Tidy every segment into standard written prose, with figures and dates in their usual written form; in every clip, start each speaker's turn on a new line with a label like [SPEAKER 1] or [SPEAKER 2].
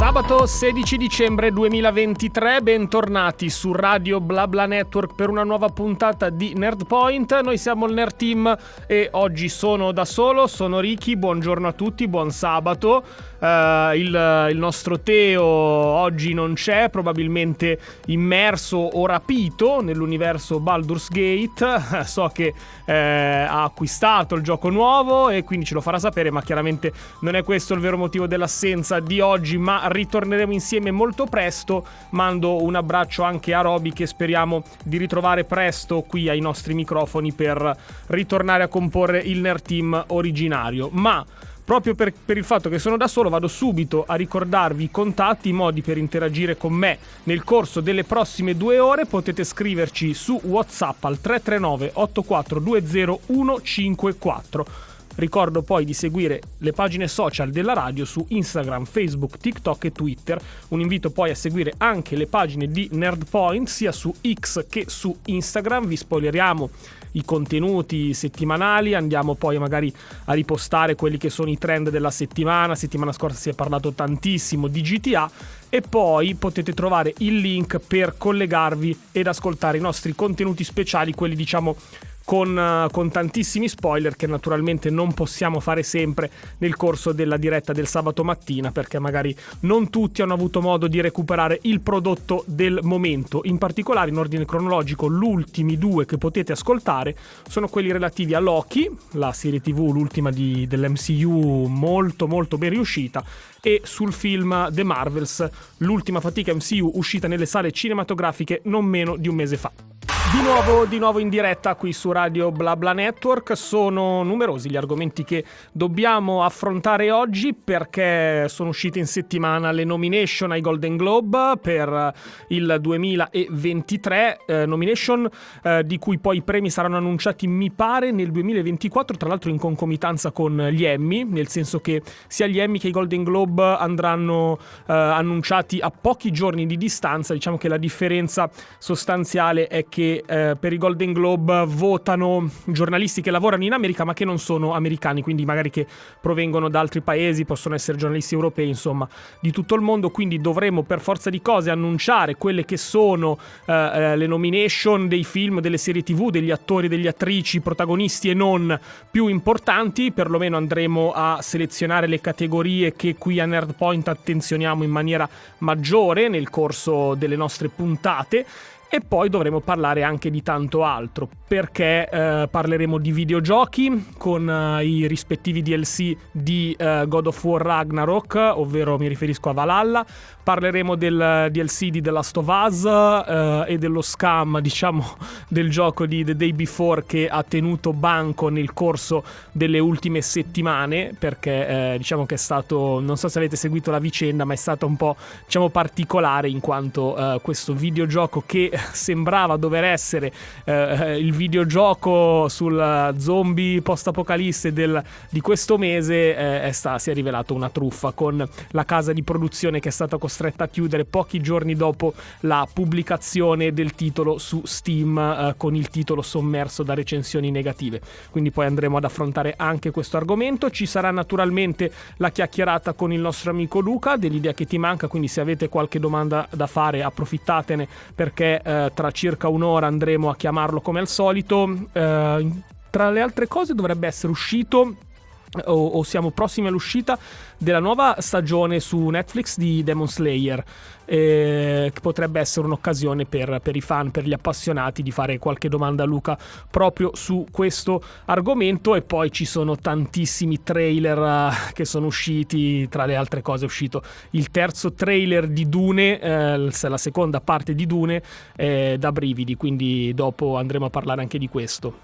[SPEAKER 1] Sabato 16 dicembre 2023, bentornati su Radio BlaBla Network per una nuova puntata di Nerdpoint. Noi siamo il Nerd Team e oggi sono da solo, sono Ricky, buongiorno a tutti, buon sabato. Il nostro Teo oggi non c'è, probabilmente immerso o rapito nell'universo Baldur's Gate. So che ha acquistato il gioco nuovo e quindi ce lo farà sapere, ma chiaramente non è questo il vero motivo dell'assenza di oggi, ma ritorneremo insieme molto presto. Mando un abbraccio anche a Roby, che speriamo di ritrovare presto qui ai nostri microfoni per ritornare a comporre il Nerd Team originario. Ma proprio per il fatto che sono da solo, vado subito a ricordarvi i contatti, i modi per interagire con me nel corso delle prossime 2 ore. Potete scriverci su WhatsApp al 339 8420 154. Ricordo poi di seguire le pagine social della radio su Instagram, Facebook, TikTok e Twitter. Un invito poi a seguire anche le pagine di Nerdpoint sia su X che su Instagram. Vi spoileriamo i contenuti settimanali, andiamo poi magari a ripostare quelli che sono i trend della settimana. Settimana scorsa si è parlato tantissimo di GTA e poi potete trovare il link per collegarvi ed ascoltare i nostri contenuti speciali, quelli diciamo con tantissimi spoiler che naturalmente non possiamo fare sempre nel corso della diretta del sabato mattina, perché magari non tutti hanno avuto modo di recuperare il prodotto del momento. In particolare, in ordine cronologico, gli ultimi 2 che potete ascoltare sono quelli relativi a Loki, la serie TV, l'ultima dell'MCU, molto molto ben riuscita, e sul film The Marvels, l'ultima fatica MCU uscita nelle sale cinematografiche non meno di un mese fa. Di nuovo in diretta qui su Radio BlaBla Network. Sono numerosi gli argomenti che dobbiamo affrontare oggi, perché sono uscite in settimana le nomination ai Golden Globe per il 2023, nomination di cui poi i premi saranno annunciati mi pare nel 2024, tra l'altro in concomitanza con gli Emmy, nel senso che sia gli Emmy che i Golden Globe andranno annunciati a pochi giorni di distanza. Diciamo che la differenza sostanziale è che per i Golden Globe votano giornalisti che lavorano in America ma che non sono americani, quindi magari che provengono da altri paesi, possono essere giornalisti europei, insomma di tutto il mondo. Quindi dovremo per forza di cose annunciare quelle che sono le nomination dei film, delle serie TV, degli attori, delle attrici, protagonisti e non più importanti. Perlomeno andremo a selezionare le categorie che qui a Nerdpoint attenzioniamo in maniera maggiore nel corso delle nostre puntate. E poi dovremo parlare anche di tanto altro, perché parleremo di videogiochi con i rispettivi DLC di God of War Ragnarok, ovvero mi riferisco a Valhalla. Parleremo del DLC di The Last of Us e dello scam, diciamo, del gioco di The Day Before, che ha tenuto banco nel corso delle ultime settimane, perché diciamo che è stato, non so se avete seguito la vicenda, ma è stato un po', diciamo, particolare, in quanto questo videogioco che sembrava dover essere il videogioco sul zombie post-apocalisse di questo mese si è rivelato una truffa, con la casa di produzione che è stata costretta a chiudere pochi giorni dopo la pubblicazione del titolo su Steam, con il titolo sommerso da recensioni negative. Quindi poi andremo ad affrontare anche questo argomento. Ci sarà naturalmente la chiacchierata con il nostro amico Luca dell'idea che ti manca, quindi se avete qualche domanda da fare approfittatene, perché tra circa un'ora andremo a chiamarlo come al solito. Tra le altre cose dovrebbe essere uscito o siamo prossimi all'uscita della nuova stagione su Netflix di Demon Slayer, che potrebbe essere un'occasione per i fan, per gli appassionati, di fare qualche domanda a Luca proprio su questo argomento. E poi ci sono tantissimi trailer che sono usciti. Tra le altre cose è uscito il terzo trailer di Dune, la seconda parte di Dune, da brividi, quindi dopo andremo a parlare anche di questo.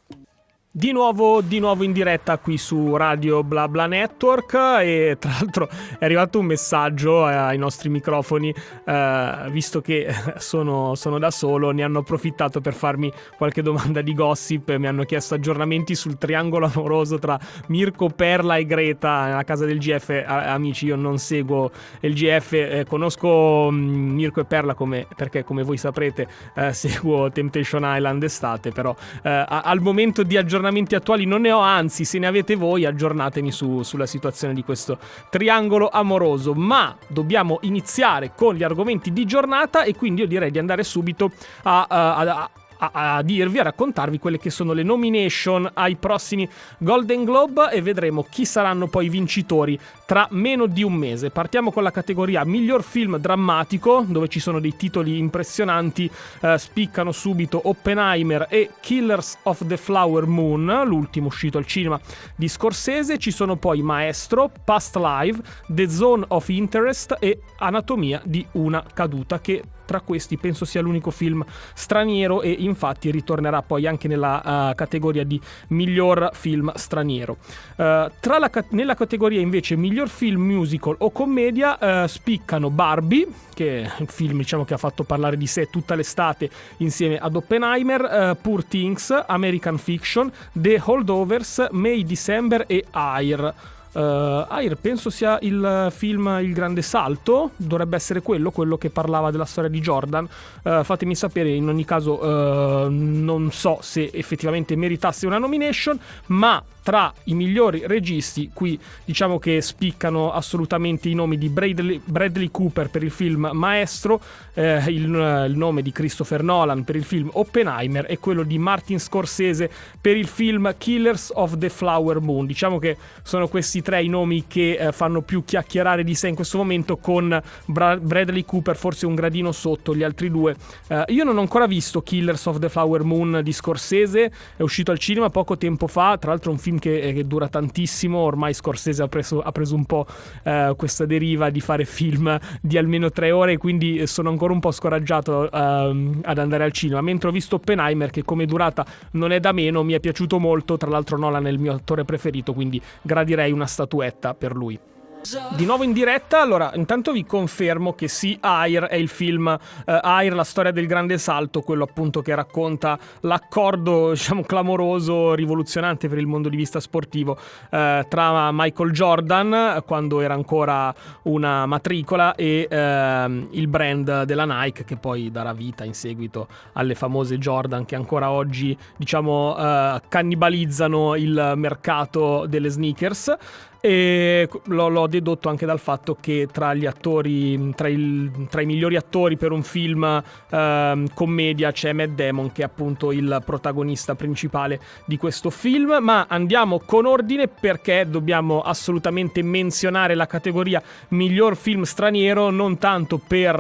[SPEAKER 1] Di nuovo in diretta qui su Radio BlaBla Network, e tra l'altro è arrivato un messaggio ai nostri microfoni, visto che sono da solo, ne hanno approfittato per farmi qualche domanda di gossip. Mi hanno chiesto aggiornamenti sul triangolo amoroso tra Mirko, Perla e Greta nella casa del GF. Amici, io non seguo il GF, conosco Mirko e Perla perché come voi saprete seguo Temptation Island estate, però al momento di aggiornamenti aggiornamenti attuali non ne ho, anzi se ne avete voi aggiornatemi sulla situazione di questo triangolo amoroso. Ma dobbiamo iniziare con gli argomenti di giornata e quindi io direi di andare subito a dirvi, a raccontarvi quelle che sono le nomination ai prossimi Golden Globe e vedremo chi saranno poi i vincitori tra meno di un mese. Partiamo con la categoria miglior film drammatico, dove ci sono dei titoli impressionanti. Spiccano subito Oppenheimer e Killers of the Flower Moon, l'ultimo uscito al cinema di Scorsese. Ci sono poi Maestro, Past Life, The Zone of Interest e Anatomia di una caduta, che tra questi penso sia l'unico film straniero e infatti ritornerà poi anche nella categoria di miglior film straniero. Nella categoria invece miglior film musical o commedia spiccano Barbie, che è un film diciamo che ha fatto parlare di sé tutta l'estate insieme ad Oppenheimer, Poor Things, American Fiction, The Holdovers, May December e Air. Air penso sia il film Il Grande Salto, dovrebbe essere quello che parlava della storia di Jordan. Fatemi sapere, in ogni caso non so se effettivamente meritasse una nomination, ma tra i migliori registi qui diciamo che spiccano assolutamente i nomi di Bradley Cooper per il film Maestro, il nome di Christopher Nolan per il film Oppenheimer e quello di Martin Scorsese per il film Killers of the Flower Moon. Diciamo che sono questi tre i nomi che fanno più chiacchierare di sé in questo momento, con Bradley Cooper forse un gradino sotto gli altri due. Io non ho ancora visto Killers of the Flower Moon di Scorsese, è uscito al cinema poco tempo fa, tra l'altro un film che dura tantissimo. Ormai Scorsese ha preso un po' questa deriva di fare film di almeno 3 ore, quindi sono ancora un po' scoraggiato ad andare al cinema, mentre ho visto Oppenheimer, che come durata non è da meno, mi è piaciuto molto. Tra l'altro Nolan è il mio attore preferito, quindi gradirei una statuetta per lui. Di nuovo in diretta, allora intanto vi confermo che sì, Air è il film Air, la storia del grande salto, quello appunto che racconta l'accordo diciamo clamoroso, rivoluzionante per il mondo di vista sportivo tra Michael Jordan, quando era ancora una matricola, e il brand della Nike, che poi darà vita in seguito alle famose Jordan, che ancora oggi diciamo cannibalizzano il mercato delle sneakers. E l'ho dedotto anche dal fatto che tra gli attori, tra i migliori attori per un film commedia c'è Matt Damon, che è appunto il protagonista principale di questo film. Ma andiamo con ordine, perché dobbiamo assolutamente menzionare la categoria miglior film straniero, non tanto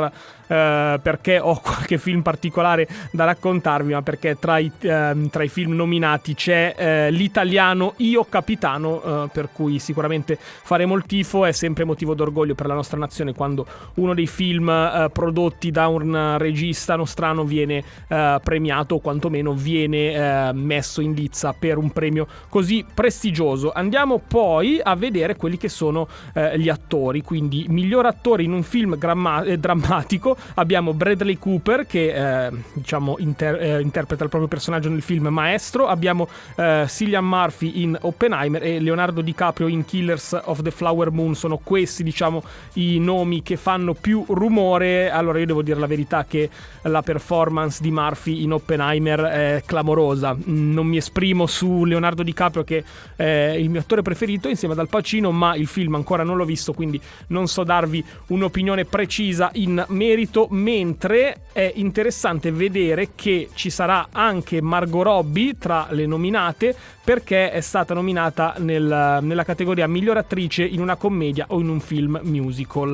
[SPEAKER 1] perché ho qualche film particolare da raccontarvi, ma perché tra i film nominati c'è l'italiano Io Capitano, per cui sicuramente faremo il tifo. È sempre motivo d'orgoglio per la nostra nazione quando uno dei film prodotti da un regista nostrano viene premiato, o quantomeno viene messo in lizza per un premio così prestigioso. Andiamo poi a vedere quelli che sono gli attori. Quindi miglior attore in un film drammatico abbiamo Bradley Cooper, che diciamo interpreta il proprio personaggio nel film Maestro. Abbiamo Cillian Murphy in Oppenheimer e Leonardo DiCaprio in Killers of the Flower Moon. Sono questi diciamo i nomi che fanno più rumore. Allora io devo dire la verità che la performance di Murphy in Oppenheimer è clamorosa. Non mi esprimo su Leonardo DiCaprio, che è il mio attore preferito insieme ad Al Pacino, ma il film ancora non l'ho visto, quindi non so darvi un'opinione precisa in merito. Mentre è interessante vedere che ci sarà anche Margot Robbie tra le nominate, perché è stata nominata nella categoria miglior attrice in una commedia o in un film musical.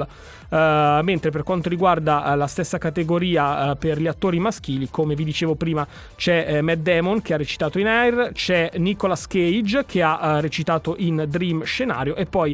[SPEAKER 1] Mentre per quanto riguarda la stessa categoria per gli attori maschili, come vi dicevo prima, c'è Matt Damon, che ha recitato in Air, c'è Nicolas Cage, che ha recitato in Dream Scenario, e poi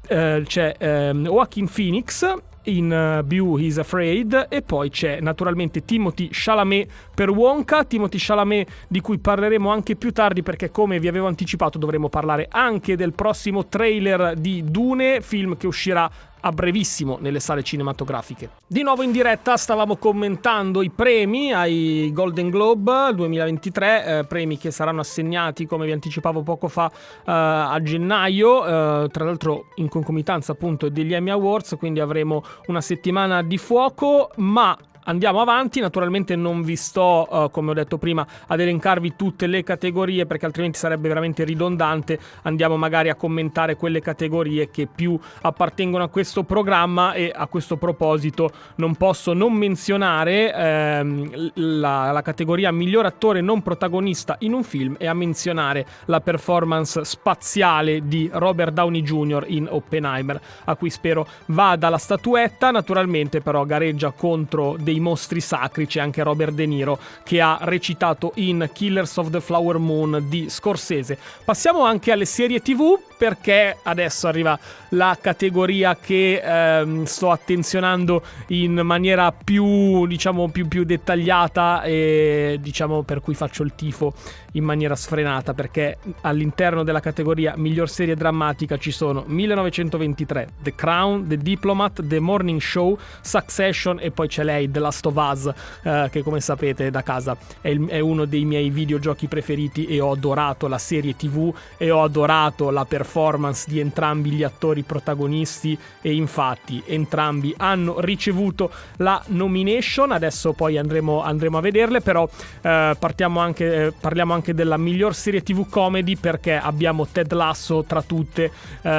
[SPEAKER 1] c'è Joaquin Phoenix in Beau is Afraid, e poi c'è naturalmente Timothée Chalamet per Wonka. Timothée Chalamet di cui parleremo anche più tardi, perché come vi avevo anticipato dovremo parlare anche del prossimo trailer di Dune, film che uscirà a brevissimo nelle sale cinematografiche. Di nuovo in diretta stavamo commentando i premi ai Golden Globe 2023, premi che saranno assegnati, come vi anticipavo poco fa, a gennaio, tra l'altro in concomitanza appunto degli Emmy Awards, quindi avremo una settimana di fuoco. Ma Andiamo avanti, naturalmente non vi sto, come ho detto prima, ad elencarvi tutte le categorie perché altrimenti sarebbe veramente ridondante. Andiamo magari a commentare quelle categorie che più appartengono a questo programma, e a questo proposito non posso non menzionare la categoria miglior attore non protagonista in un film, e a menzionare la performance spaziale di Robert Downey Jr. in Oppenheimer, a cui spero vada la statuetta. Naturalmente però gareggia contro dei mostri sacri, c'è anche Robert De Niro che ha recitato in Killers of the Flower Moon di Scorsese. Passiamo anche alle serie TV, perché adesso arriva la categoria che sto attenzionando in maniera più, diciamo, più dettagliata, e diciamo per cui faccio il tifo in maniera sfrenata, perché all'interno della categoria miglior serie drammatica ci sono 1923, The Crown, The Diplomat, The Morning Show, Succession, e poi c'è lei, The Last of Us, che come sapete da casa è uno dei miei videogiochi preferiti, e ho adorato la serie TV e ho adorato la performance di entrambi gli attori protagonisti, e infatti entrambi hanno ricevuto la nomination. Adesso poi andremo a vederle, però parliamo anche della miglior serie TV comedy, perché abbiamo Ted Lasso tra tutte,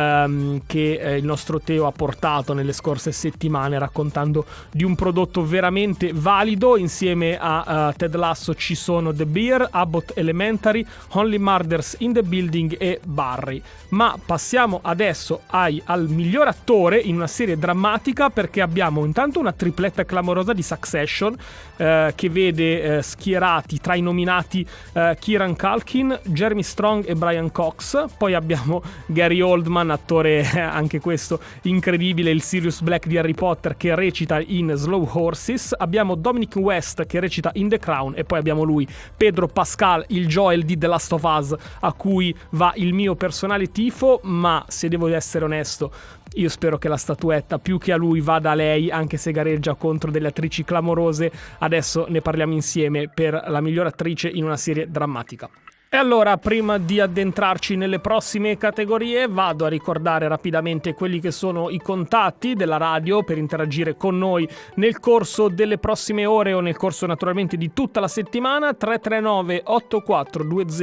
[SPEAKER 1] che il nostro Teo ha portato nelle scorse settimane, raccontando di un prodotto veramente valido. Insieme a Ted Lasso ci sono The Bear, Abbott Elementary, Only Murders in the Building e Barry. Ma passiamo adesso al miglior attore in una serie drammatica, perché abbiamo intanto una tripletta clamorosa di Succession, che vede schierati tra i nominati Kieran Culkin, Jeremy Strong e Brian Cox. Poi abbiamo Gary Oldman, attore anche questo incredibile, il Sirius Black di Harry Potter, che recita in Slow Horses. Abbiamo Dominic West che recita in The Crown, e poi abbiamo lui, Pedro Pascal, il Joel di The Last of Us, a cui va il mio personale tifo. Ma se devo essere onesto, io spero che la statuetta più che a lui vada a lei, anche se gareggia contro delle attrici clamorose. Adesso ne parliamo insieme per la miglior attrice in una serie drammatica. E allora, prima di addentrarci nelle prossime categorie, vado a ricordare rapidamente quelli che sono i contatti della radio per interagire con noi nel corso delle prossime ore, o nel corso naturalmente di tutta la settimana. 339 8420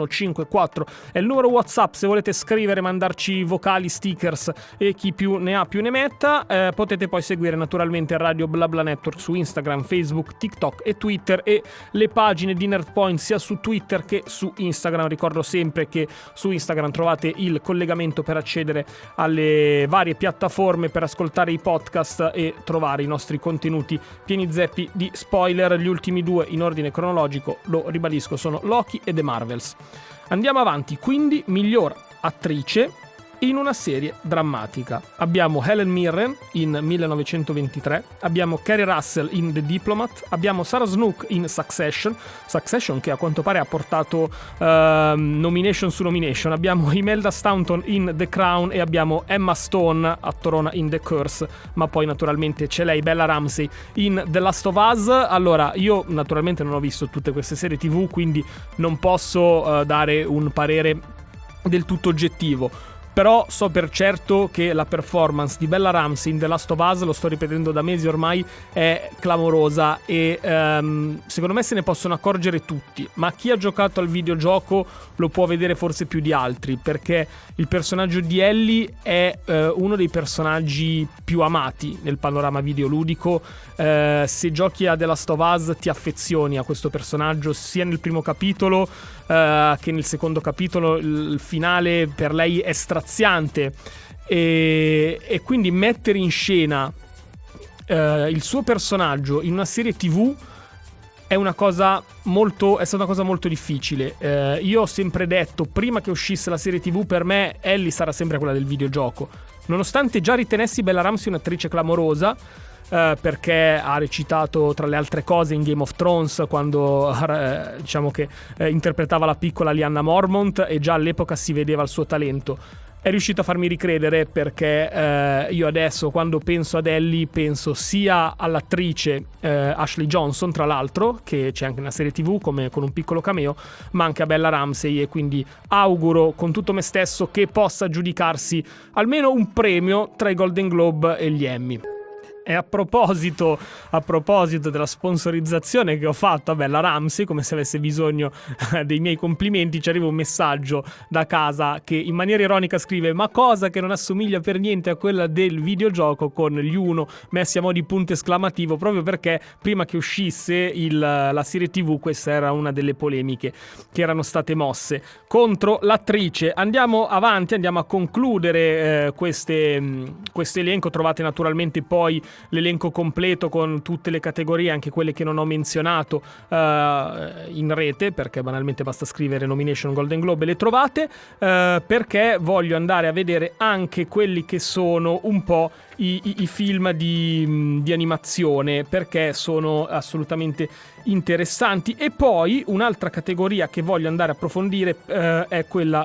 [SPEAKER 1] 154 è il numero WhatsApp se volete scrivere, mandarci vocali, stickers, e chi più ne ha più ne metta. Potete poi seguire naturalmente Radio BlaBla Network su Instagram, Facebook, TikTok e Twitter, e le pagine di Nerdpoint sia su Twitter che su Instagram. Ricordo sempre che su Instagram trovate il collegamento per accedere alle varie piattaforme per ascoltare i podcast e trovare i nostri contenuti pieni zeppi di spoiler. Gli ultimi due in ordine cronologico, lo ribadisco, sono Loki e The Marvels. Andiamo avanti, quindi miglior attrice in una serie drammatica. Abbiamo Helen Mirren in 1923, abbiamo Kerry Russell in The Diplomat, abbiamo Sarah Snook in Succession che a quanto pare ha portato nomination su nomination, abbiamo Imelda Staunton in The Crown, e abbiamo Emma Stone, attorona in The Curse. Ma poi naturalmente c'è lei, Bella Ramsey, in The Last of Us. Allora, io naturalmente non ho visto tutte queste serie TV, quindi non posso dare un parere del tutto oggettivo. Però so per certo che la performance di Bella Ramsey in The Last of Us, lo sto ripetendo da mesi ormai, è clamorosa, e secondo me se ne possono accorgere tutti. Ma chi ha giocato al videogioco lo può vedere forse più di altri, perché il personaggio di Ellie è uno dei personaggi più amati nel panorama videoludico. Se giochi a The Last of Us ti affezioni a questo personaggio, sia nel primo capitolo che nel secondo capitolo. Il finale per lei è straziante, e quindi mettere in scena il suo personaggio in una serie TV è stata una cosa molto difficile. Io ho sempre detto, prima che uscisse la serie TV, per me Ellie sarà sempre quella del videogioco, nonostante già ritenessi Bella Ramsey un'attrice clamorosa, perché ha recitato tra le altre cose in Game of Thrones, quando diciamo che interpretava la piccola Lyanna Mormont, e già all'epoca si vedeva il suo talento. È riuscito a farmi ricredere, perché io adesso, quando penso ad Ellie, penso sia all'attrice Ashley Johnson, tra l'altro, che c'è anche una serie TV con un piccolo cameo, ma anche a Bella Ramsey, e quindi auguro con tutto me stesso che possa giudicarsi almeno un premio tra i Golden Globe e gli Emmy. E a proposito della sponsorizzazione che ho fatto, vabbè, la Ramsey, come se avesse bisogno dei miei complimenti, ci arriva un messaggio da casa che in maniera ironica scrive: ma cosa che non assomiglia per niente a quella del videogioco, con gli uno messi a mo' di punto esclamativo, proprio perché prima che uscisse la serie TV questa era una delle polemiche che erano state mosse contro l'attrice. Andiamo avanti, andiamo a concludere questo elenco. Trovate naturalmente poi l'elenco completo con tutte le categorie, anche quelle che non ho menzionato, in rete, perché banalmente basta scrivere nomination Golden Globe e le trovate, perché voglio andare a vedere anche quelli che sono un po' i film di animazione, perché sono assolutamente interessanti. E poi un'altra categoria che voglio andare a approfondire è quella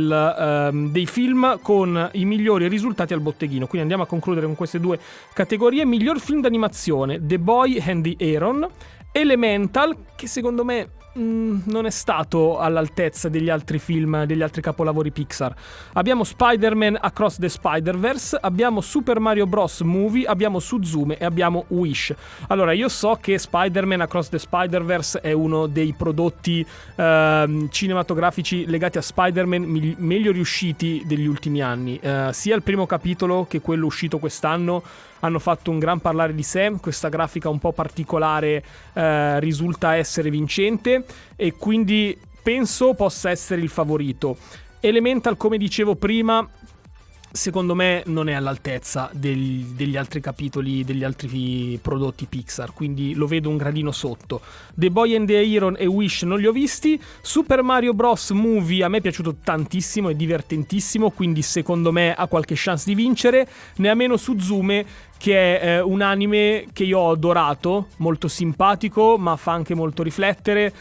[SPEAKER 1] dei film con i migliori risultati al botteghino. Quindi andiamo a concludere con queste due categorie. Miglior film d'animazione: The Boy and the Heron, Elemental, che secondo me non è stato all'altezza degli altri film, degli altri capolavori Pixar. Abbiamo Spider-Man Across the Spider-Verse, abbiamo Super Mario Bros. Movie, abbiamo Suzume e abbiamo Wish. Allora, io so che Spider-Man Across the Spider-Verse è uno dei prodotti cinematografici legati a Spider-Man meglio riusciti degli ultimi anni. Sia il primo capitolo che quello uscito quest'anno hanno fatto un gran parlare di sé. Questa grafica un po' particolare risulta essere vincente e quindi penso possa essere il favorito. Elemental, come dicevo prima, secondo me non è all'altezza degli altri capitoli, degli altri prodotti Pixar, quindi lo vedo un gradino sotto. The Boy and the Heron e Wish non li ho visti. Super Mario Bros. Movie a me è piaciuto tantissimo, è divertentissimo, quindi secondo me ha qualche chance di vincere. Ne ha meno Suzume, che è un anime che io ho adorato, molto simpatico, ma fa anche molto riflettere.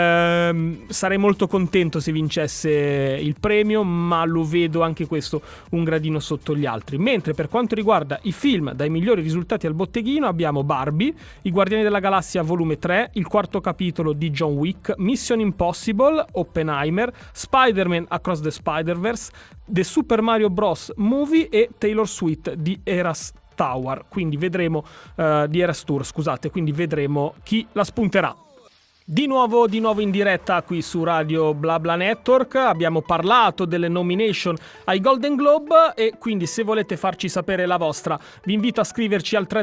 [SPEAKER 1] Sarei molto contento se vincesse il premio, ma lo vedo anche questo un gradino sotto gli altri. Mentre per quanto riguarda i film dai migliori risultati al botteghino, abbiamo Barbie, I Guardiani della Galassia volume 3, il quarto capitolo di John Wick, Mission Impossible, Oppenheimer, Spider-Man Across the Spider-Verse, The Super Mario Bros. Movie e Taylor Swift di Eras Tower. Quindi vedremo di Eras Tour, scusate, quindi vedremo chi la spunterà. Di nuovo in diretta qui su Radio BlaBla Network. Abbiamo parlato delle nomination ai Golden Globe e quindi se volete farci sapere la vostra vi invito a scriverci al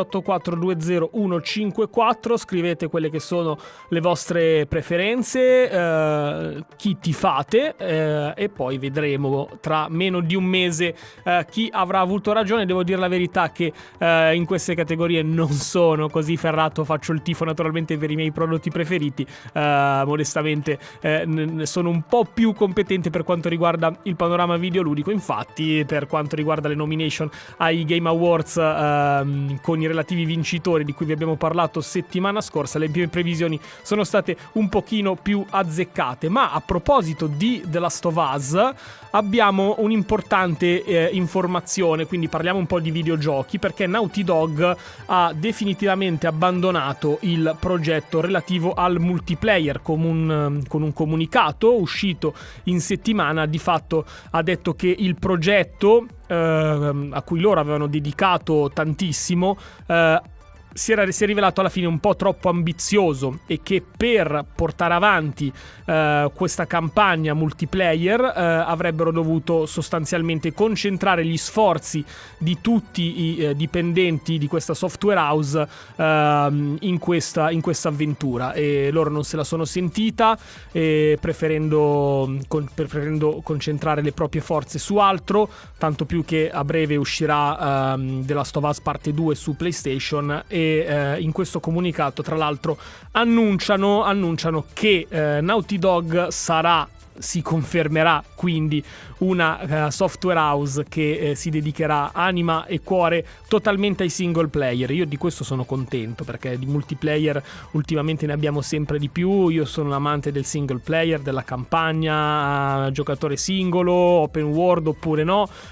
[SPEAKER 1] 339-8420-154. Scrivete quelle che sono le vostre preferenze, chi tifate, e poi vedremo tra meno di un mese chi avrà avuto ragione. Devo dire la verità che in queste categorie non sono così ferrato, faccio il tifo naturalmente per i miei prodotti preferiti. Modestamente sono un po' più competente per quanto riguarda il panorama videoludico. Infatti, per quanto riguarda le nomination ai Game Awards, con i relativi vincitori di cui vi abbiamo parlato settimana scorsa, le mie previsioni sono state un pochino più azzeccate. Ma a proposito di The Last of Us, abbiamo un'importante informazione, quindi parliamo un po' di videogiochi, perché Naughty Dog ha definitivamente abbandonato il progetto relativo al multiplayer. Con un comunicato uscito in settimana, di fatto ha detto che il progetto a cui loro avevano dedicato tantissimo si è rivelato alla fine un po' troppo ambizioso e che per portare avanti questa campagna multiplayer avrebbero dovuto sostanzialmente concentrare gli sforzi di tutti i dipendenti di questa software house in questa avventura, e loro non se la sono sentita, preferendo concentrare le proprie forze su altro, tanto più che a breve uscirà The Last of Us parte 2 su PlayStation. E in questo comunicato, tra l'altro, annunciano che Naughty Dog si confermerà quindi una software house che si dedicherà anima e cuore totalmente ai single player. Io di questo sono contento, perché di multiplayer ultimamente ne abbiamo sempre di più. Io sono un amante del single player, della campagna, giocatore singolo, open world oppure no,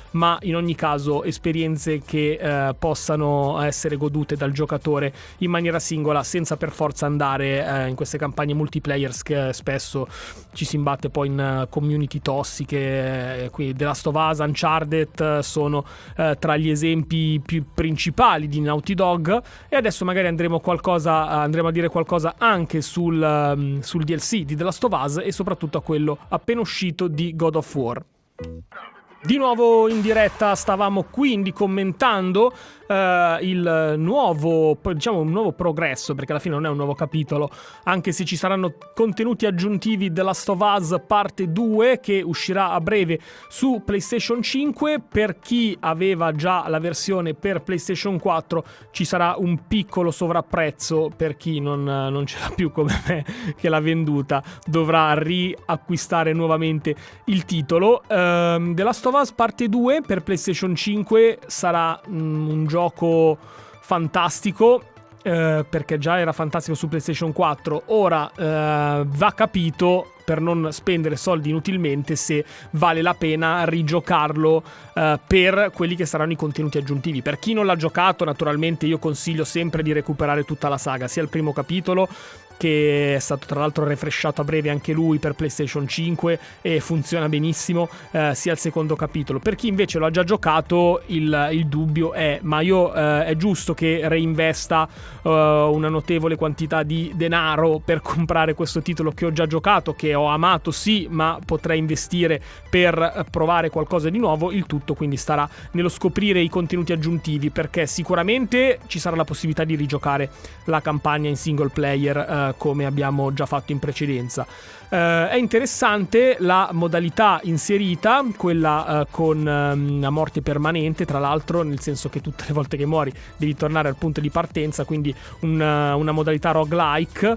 [SPEAKER 1] ma in ogni caso esperienze che possano essere godute dal giocatore in maniera singola, senza per forza andare in queste campagne multiplayer che spesso ci si imbatte poi in community tossiche. Qui The Last of Us, Uncharted sono tra gli esempi più principali di Naughty Dog, e adesso magari andremo a dire qualcosa anche sul DLC di The Last of Us e soprattutto a quello appena uscito di God of War. Di nuovo in diretta stavamo quindi commentando il nuovo, diciamo, un nuovo progresso, perché alla fine non è un nuovo capitolo, anche se ci saranno contenuti aggiuntivi The Last of Us parte 2 che uscirà a breve su PlayStation 5. Per chi aveva già la versione per PlayStation 4 ci sarà un piccolo sovrapprezzo, per chi non ce l'ha più come me che l'ha venduta, dovrà riacquistare nuovamente il titolo. The Last of Us parte 2 per PlayStation 5 sarà un gioco fantastico, perché già era fantastico su PlayStation 4. Ora va capito, per non spendere soldi inutilmente, se vale la pena rigiocarlo per quelli che saranno i contenuti aggiuntivi. Per chi non l'ha giocato, naturalmente io consiglio sempre di recuperare tutta la saga, sia il primo capitolo, che è stato tra l'altro refreshato a breve anche lui per PlayStation 5 e funziona benissimo, sia il secondo capitolo. Per chi invece lo ha già giocato, il dubbio è: ma io è giusto che reinvesta una notevole quantità di denaro per comprare questo titolo che ho già giocato, che ho amato, sì, ma potrei investire per provare qualcosa di nuovo? Il tutto quindi starà nello scoprire i contenuti aggiuntivi, perché sicuramente ci sarà la possibilità di rigiocare la campagna in single player come abbiamo già fatto in precedenza. È interessante la modalità inserita, quella con la morte permanente, tra l'altro, nel senso che tutte le volte che muori devi tornare al punto di partenza, quindi una modalità roguelike,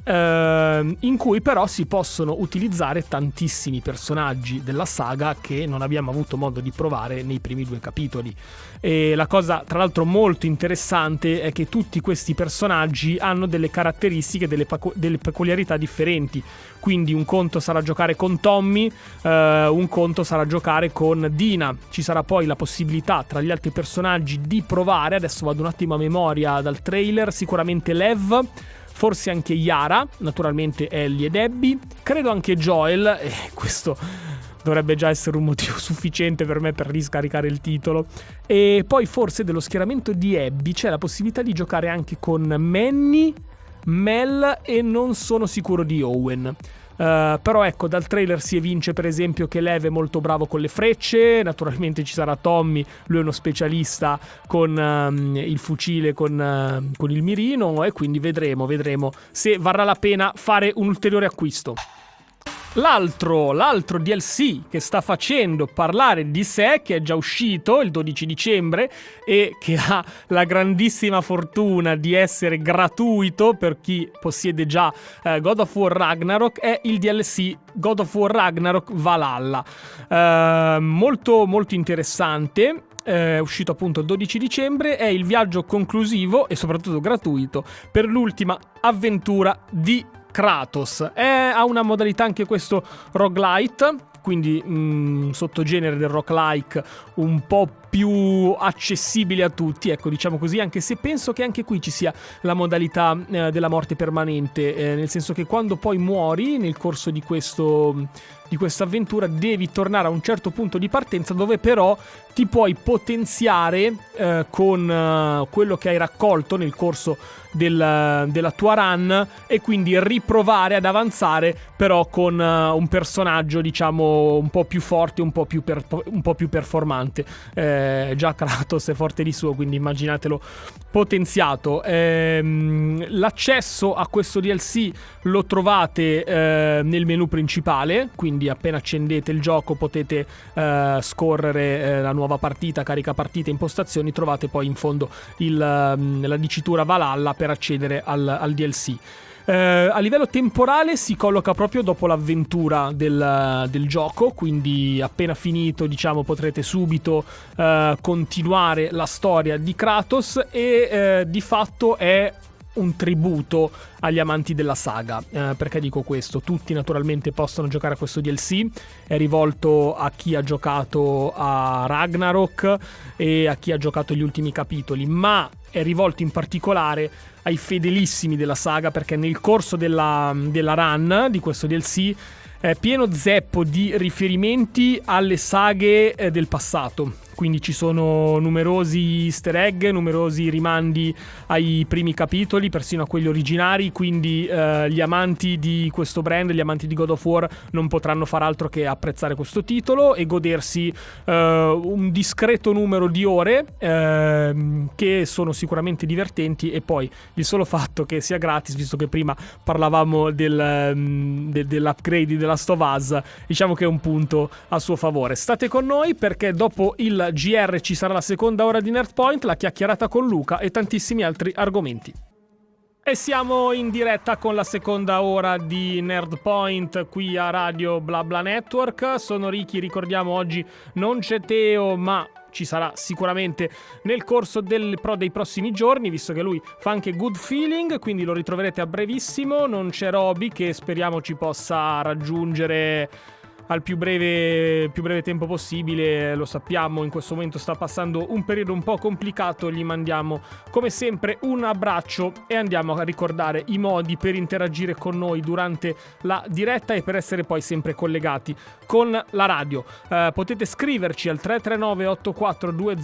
[SPEAKER 1] in cui però si possono utilizzare tantissimi personaggi della saga che non abbiamo avuto modo di provare nei primi 2 capitoli. E la cosa tra l'altro molto interessante è che tutti questi personaggi hanno delle caratteristiche, delle peculiarità differenti. Quindi un conto sarà giocare con Tommy, un conto sarà giocare con Dina. Ci sarà poi la possibilità tra gli altri personaggi di provare, adesso vado un attimo a memoria dal trailer, sicuramente Lev, forse anche Yara, naturalmente Ellie ed Abby, credo anche Joel, e questo dovrebbe già essere un motivo sufficiente per me per riscaricare il titolo. E poi forse dello schieramento di Abby c'è la possibilità di giocare anche con Manny, Mel e non sono sicuro di Owen. Però ecco, dal trailer si evince per esempio che Lev è molto bravo con le frecce, naturalmente ci sarà Tommy, lui è uno specialista con il fucile, con il mirino, e quindi vedremo se varrà la pena fare un ulteriore acquisto. L'altro DLC che sta facendo parlare di sé, che è già uscito il 12 dicembre e che ha la grandissima fortuna di essere gratuito per chi possiede già God of War Ragnarok, è il DLC God of War Ragnarok Valhalla. Molto molto interessante. È uscito appunto il 12 dicembre, è il viaggio conclusivo e soprattutto gratuito per l'ultima avventura di Kratos. Ha una modalità anche questo roguelite, quindi sottogenere del roguelike un po' più accessibile a tutti, ecco, diciamo così, anche se penso che anche qui ci sia la modalità della morte permanente, nel senso che quando poi muori nel corso di questa avventura devi tornare a un certo punto di partenza, dove però ti puoi potenziare con quello che hai raccolto nel corso della tua run, e quindi riprovare ad avanzare però con un personaggio diciamo un po' più forte, un po' più performante. Già Kratos è forte di suo, quindi immaginatelo potenziato. L'accesso a questo DLC lo trovate nel menu principale, quindi appena accendete il gioco potete scorrere la nuova partita, carica partita, impostazioni, trovate poi in fondo la dicitura Valhalla per accedere al DLC. A livello temporale si colloca proprio dopo l'avventura del gioco, quindi appena finito diciamo potrete subito continuare la storia di Kratos, e di fatto è un tributo agli amanti della saga. Perché dico questo? Tutti naturalmente possono giocare a questo DLC, è rivolto a chi ha giocato a Ragnarok e a chi ha giocato gli ultimi capitoli, ma è rivolto in particolare ai fedelissimi della saga, perché nel corso della run di questo DLC è pieno zeppo di riferimenti alle saghe del passato. Quindi ci sono numerosi easter egg, numerosi rimandi ai primi capitoli, persino a quelli originari, quindi gli amanti di questo brand, gli amanti di God of War non potranno far altro che apprezzare questo titolo e godersi un discreto numero di ore che sono sicuramente divertenti, e poi il solo fatto che sia gratis, visto che prima parlavamo dell'upgrade di The Last of Us, diciamo che è un punto a suo favore. State con noi perché dopo il GR ci sarà la seconda ora di Nerdpoint, la chiacchierata con Luca e tantissimi altri argomenti. E siamo in diretta con la seconda ora di Nerdpoint qui a Radio BlaBla Network. Sono Ricky, ricordiamo oggi non c'è Teo, ma ci sarà sicuramente nel corso dei prossimi giorni, visto che lui fa anche good feeling, quindi lo ritroverete a brevissimo. Non c'è Roby, che speriamo ci possa raggiungere al più breve tempo possibile. Lo sappiamo, in questo momento sta passando un periodo un po' complicato. Gli mandiamo come sempre un abbraccio e andiamo a ricordare i modi per interagire con noi durante la diretta e per essere poi sempre collegati con la radio. Potete scriverci al 339 8420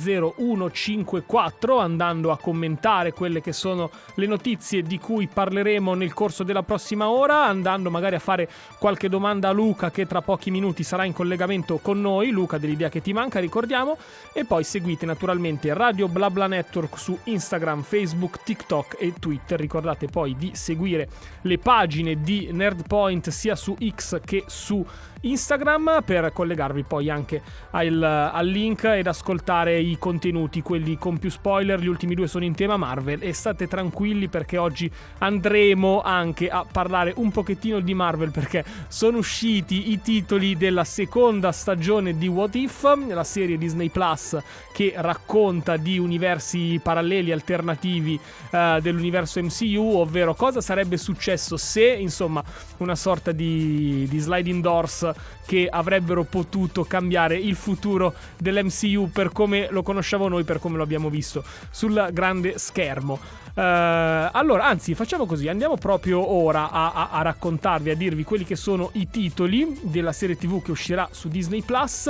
[SPEAKER 1] 154 andando a commentare quelle che sono le notizie di cui parleremo nel corso della prossima ora, andando magari a fare qualche domanda a Luca, che tra pochi minuti sarà in collegamento con noi. Luca dell'Idea che ti manca, ricordiamo. E poi seguite naturalmente Radio BlaBla Network su Instagram, Facebook, TikTok e Twitter. Ricordate poi di seguire le pagine di Nerdpoint sia su X che su Instagram per collegarvi poi anche al link ed ascoltare i contenuti, quelli con più spoiler. Gli ultimi due sono in tema Marvel e state tranquilli perché oggi andremo anche a parlare un pochettino di Marvel, perché sono usciti i titoli della seconda stagione di What If, la serie Disney Plus che racconta di universi paralleli alternativi dell'universo MCU, ovvero cosa sarebbe successo se, insomma, una sorta di sliding doors che avrebbero potuto cambiare il futuro dell'MCU per come lo conosciamo noi, per come lo abbiamo visto sul grande schermo. Allora, anzi, facciamo così, andiamo proprio ora a raccontarvi, a dirvi quelli che sono i titoli della serie TV che uscirà su Disney Plus.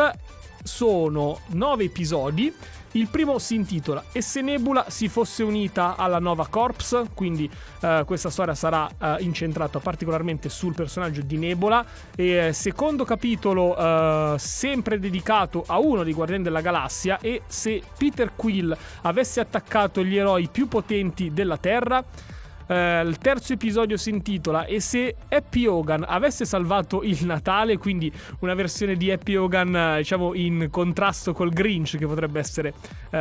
[SPEAKER 1] Sono 9 episodi. Il primo si intitola E se Nebula si fosse unita alla Nova Corps, quindi questa storia sarà incentrata particolarmente sul personaggio di Nebula. E secondo capitolo sempre dedicato a uno dei Guardiani della Galassia, e se Peter Quill avesse attaccato gli eroi più potenti della Terra. Il terzo episodio si intitola E se Happy Hogan avesse salvato il Natale, quindi una versione di Happy Hogan diciamo in contrasto col Grinch, che potrebbe essere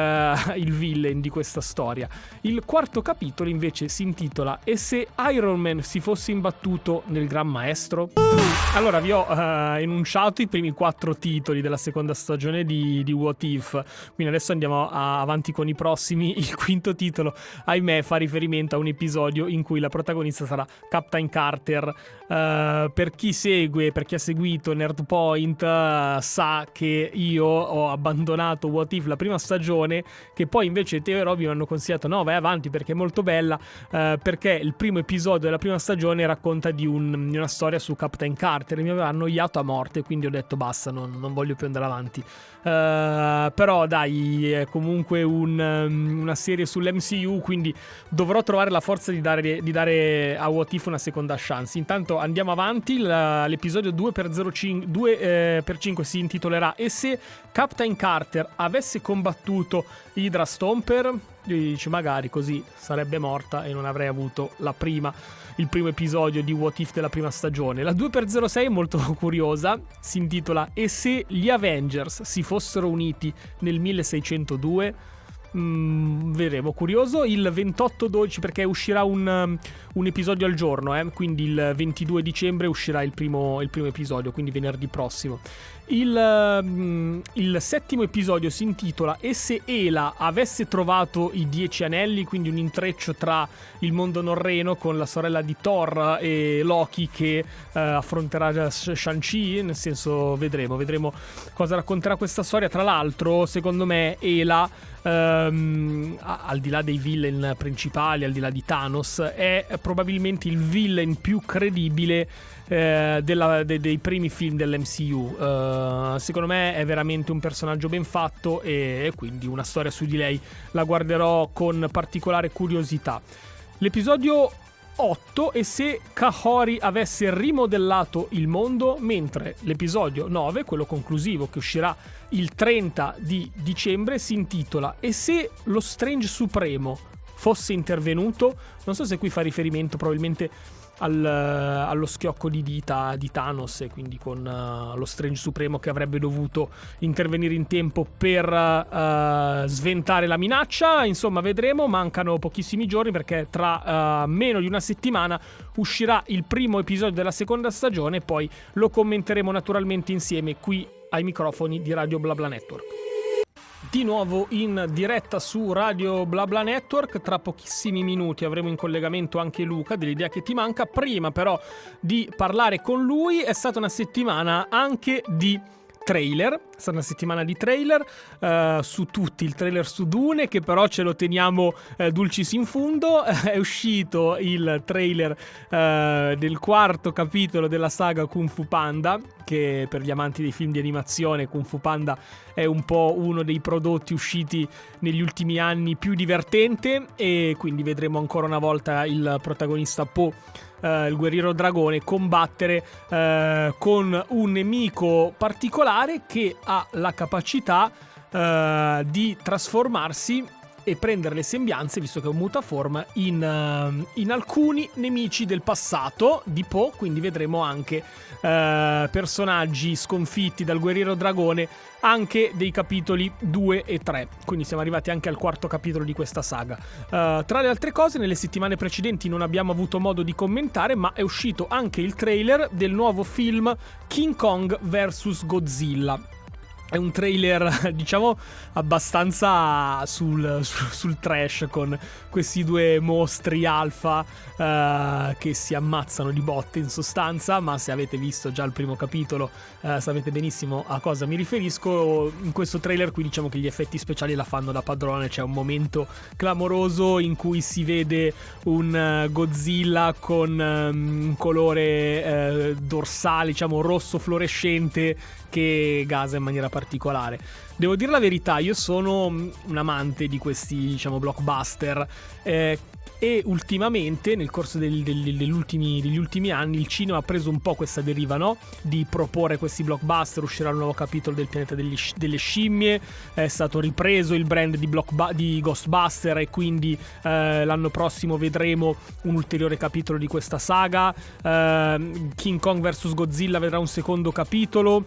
[SPEAKER 1] il villain di questa storia. Il quarto capitolo invece si intitola E se Iron Man si fosse imbattuto nel Gran Maestro. Allora vi ho enunciato i primi 4 titoli della seconda stagione di What If, quindi adesso andiamo avanti con i prossimi. Il quinto titolo, ahimè, fa riferimento a un episodio in cui la protagonista sarà Captain Carter. Per chi segue, per chi ha seguito Nerdpoint, sa che io ho abbandonato What If la prima stagione, che poi invece Teo e Roby mi hanno consigliato no, vai avanti perché è molto bella, perché il primo episodio della prima stagione racconta di una storia su Captain Carter e mi aveva annoiato a morte, quindi ho detto basta, non voglio più andare avanti. Però dai, è comunque una serie sull'MCU, quindi dovrò trovare la forza di dare a What If una seconda chance. Intanto andiamo avanti. L'episodio 2x5 si intitolerà E se Captain Carter avesse combattuto Hydra Stomper. Io gli dico magari così sarebbe morta e non avrei avuto il primo episodio di What If della prima stagione. La 2x06 è molto curiosa, si intitola E se gli Avengers si fossero uniti nel 1602. Vedremo, curioso. Il 28-12, perché uscirà un episodio al giorno, quindi il 22 dicembre uscirà il primo episodio, quindi venerdì prossimo. Il settimo episodio si intitola E se Hela avesse trovato i 10 anelli, quindi un intreccio tra il mondo norreno con la sorella di Thor e Loki che affronterà Shang-Chi, nel senso vedremo cosa racconterà questa storia. Tra l'altro, secondo me Hela, al di là dei villain principali, al di là di Thanos, è probabilmente il villain più credibile dei primi film dell'MCU. Secondo me è veramente un personaggio ben fatto e quindi una storia su di lei la guarderò con particolare curiosità. L'episodio 8 e se Kahori avesse rimodellato il mondo, mentre l'episodio 9, quello conclusivo che uscirà il 30 di dicembre, si intitola E se lo Strange Supremo fosse intervenuto. Non so se qui fa riferimento probabilmente allo schiocco di dita di Thanos, e quindi con lo Strange Supremo che avrebbe dovuto intervenire in tempo per sventare la minaccia. Insomma, vedremo, mancano pochissimi giorni perché tra meno di una settimana uscirà il primo episodio della seconda stagione e poi lo commenteremo naturalmente insieme qui ai microfoni di Radio BlaBla Network. Di nuovo in diretta su Radio BlaBla Network. Tra pochissimi minuti avremo in collegamento anche Luca dell'Idea che ti manca. Prima però di parlare con lui, è stata una settimana anche di trailer. È stata una settimana di trailer su tutti. Il trailer su Dune, che però ce lo teniamo dulcis in fundo. È uscito il trailer del quarto capitolo della saga Kung Fu Panda, che per gli amanti dei film di animazione Kung Fu Panda è un po' uno dei prodotti usciti negli ultimi anni più divertente, e quindi vedremo ancora una volta il protagonista Po, il guerriero dragone, combattere con un nemico particolare che ha la capacità di trasformarsi e prendere le sembianze, visto che è un mutaforma, in alcuni nemici del passato di Po. Quindi vedremo anche personaggi sconfitti dal guerriero dragone anche dei capitoli 2 e 3. Quindi siamo arrivati anche al quarto capitolo di questa saga. Tra le altre cose, nelle settimane precedenti non abbiamo avuto modo di commentare, ma è uscito anche il trailer del nuovo film King Kong vs Godzilla. È un trailer, diciamo, abbastanza sul trash, con questi due mostri alfa che si ammazzano di botte in sostanza, ma se avete visto già il primo capitolo sapete benissimo a cosa mi riferisco. In questo trailer qui diciamo che gli effetti speciali la fanno da padrone. C'è un momento clamoroso in cui si vede un Godzilla con un colore dorsale, diciamo rosso fluorescente, che gasa in maniera particolare. Devo dire la verità, io sono un amante di questi, diciamo, blockbuster e ultimamente, nel corso degli ultimi anni, il cinema ha preso un po' questa deriva, no? Di proporre questi blockbuster. Uscirà un nuovo capitolo del pianeta delle scimmie, è stato ripreso il brand di Ghostbuster, e quindi l'anno prossimo vedremo un ulteriore capitolo di questa saga. King Kong vs Godzilla vedrà un secondo capitolo.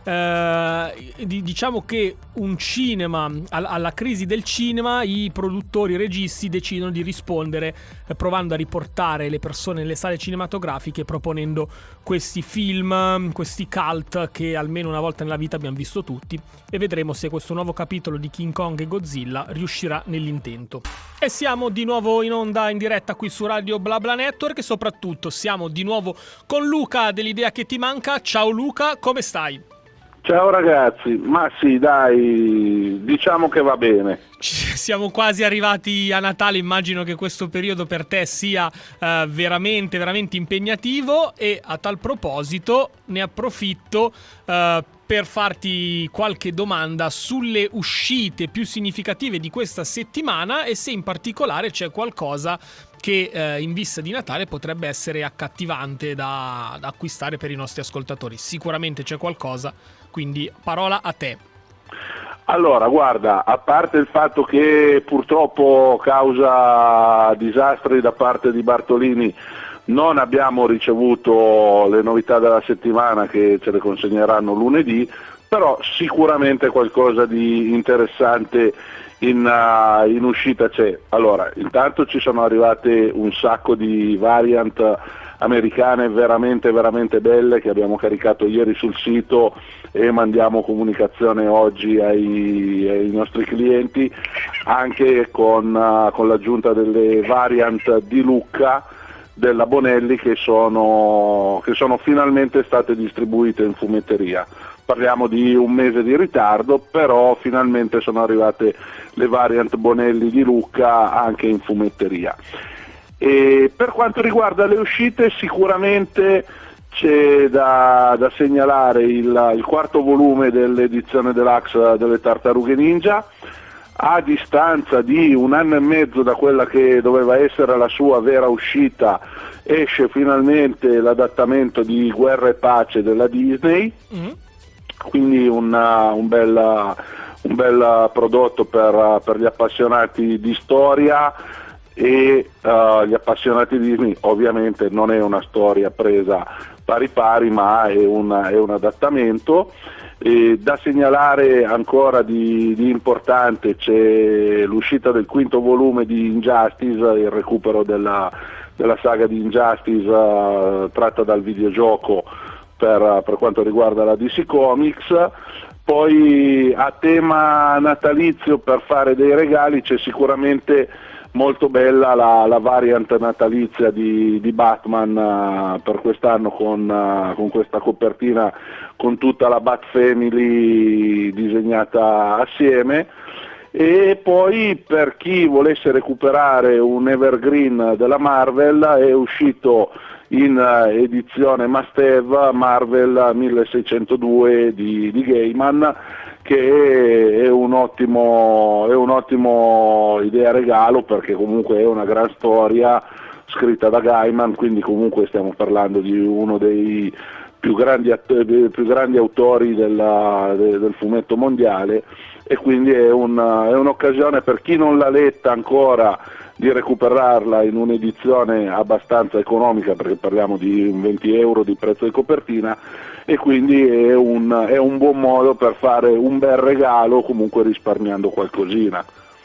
[SPEAKER 1] Diciamo che un cinema alla crisi del cinema, i produttori, i registi decidono di rispondere provando a riportare le persone nelle sale cinematografiche, proponendo questi film, questi cult che almeno una volta nella vita abbiamo visto tutti, e vedremo se questo nuovo capitolo di King Kong e Godzilla riuscirà nell'intento. E siamo di nuovo in onda in diretta qui su Radio BlaBla Network, e soprattutto siamo di nuovo con Luca dell'Idea che ti manca. Ciao Luca, come stai?
[SPEAKER 2] Ciao ragazzi, ma sì dai, diciamo che va bene.
[SPEAKER 1] Siamo quasi arrivati a Natale, immagino che questo periodo per te sia veramente, veramente impegnativo, e a tal proposito ne approfitto per farti qualche domanda sulle uscite più significative di questa settimana, e se in particolare c'è qualcosa che in vista di Natale potrebbe essere accattivante da acquistare per i nostri ascoltatori. Sicuramente c'è qualcosa, quindi parola a te.
[SPEAKER 2] Allora, guarda, a parte il fatto che purtroppo causa disastri da parte di Bartolini non abbiamo ricevuto le novità della settimana, che ce le consegneranno lunedì, però sicuramente qualcosa di interessante in uscita c'è. Allora, intanto ci sono arrivate un sacco di variant americane veramente veramente belle che abbiamo caricato ieri sul sito e mandiamo comunicazione oggi ai nostri clienti, anche con l'aggiunta delle variant di Lucca della Bonelli che sono finalmente state distribuite in fumetteria. Parliamo di un mese di ritardo, però finalmente sono arrivate le variant Bonelli di Lucca anche in fumetteria. E per quanto riguarda le uscite, sicuramente c'è da segnalare il quarto volume dell'edizione deluxe delle Tartarughe Ninja. A distanza di un anno e mezzo da quella che doveva essere la sua vera uscita, esce finalmente l'adattamento di Guerra e Pace della Disney. Quindi un bel prodotto per gli appassionati di storia e gli appassionati di Disney. Ovviamente non è una storia presa pari pari, ma è un adattamento. E da segnalare ancora di importante c'è l'uscita del quinto volume di Injustice, il recupero della saga di Injustice tratta dal videogioco per quanto riguarda la DC Comics. Poi a tema natalizio, per fare dei regali, c'è sicuramente molto bella la variant natalizia di Batman per quest'anno con questa copertina con tutta la Bat Family disegnata assieme. E poi per chi volesse recuperare un evergreen della Marvel è uscito in edizione must have Marvel 1602 di Gaiman, che è un ottimo idea regalo, perché comunque è una gran storia scritta da Gaiman, quindi comunque stiamo parlando di uno dei più grandi autori del fumetto mondiale, e quindi è un'occasione per chi non l'ha letta ancora di recuperarla in un'edizione abbastanza economica, perché parliamo di un 20 euro di prezzo di copertina, e quindi è un buon modo per fare un bel regalo, comunque risparmiando qualcosina.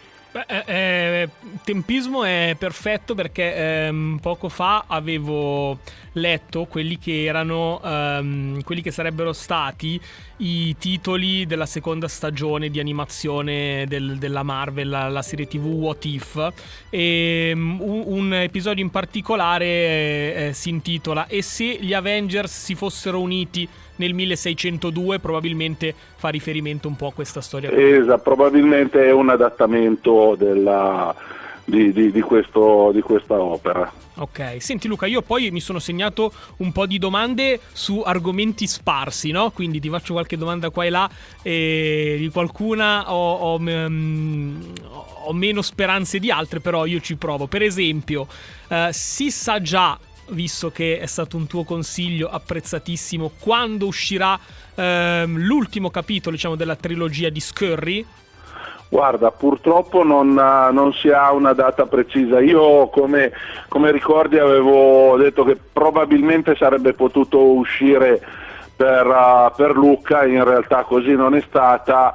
[SPEAKER 1] Tempismo è perfetto, perché poco fa avevo letto quelli che sarebbero stati i titoli della seconda stagione di animazione della Marvel, la serie TV What If, e un episodio in particolare si intitola "E se gli Avengers si fossero uniti nel 1602", probabilmente fa riferimento un po' a questa storia.
[SPEAKER 2] Esatto, probabilmente è un adattamento di questa opera.
[SPEAKER 1] Ok, senti Luca, io poi mi sono segnato un po' di domande su argomenti sparsi, no? Quindi ti faccio qualche domanda qua e là, e di qualcuna ho meno speranze di altre, però io ci provo. Per esempio, si sa già, visto che è stato un tuo consiglio apprezzatissimo, quando uscirà l'ultimo capitolo, diciamo, della trilogia di Scurry?
[SPEAKER 2] Guarda, purtroppo non si ha una data precisa. Io, come ricordi, avevo detto che probabilmente sarebbe potuto uscire per Lucca, in realtà così non è stata.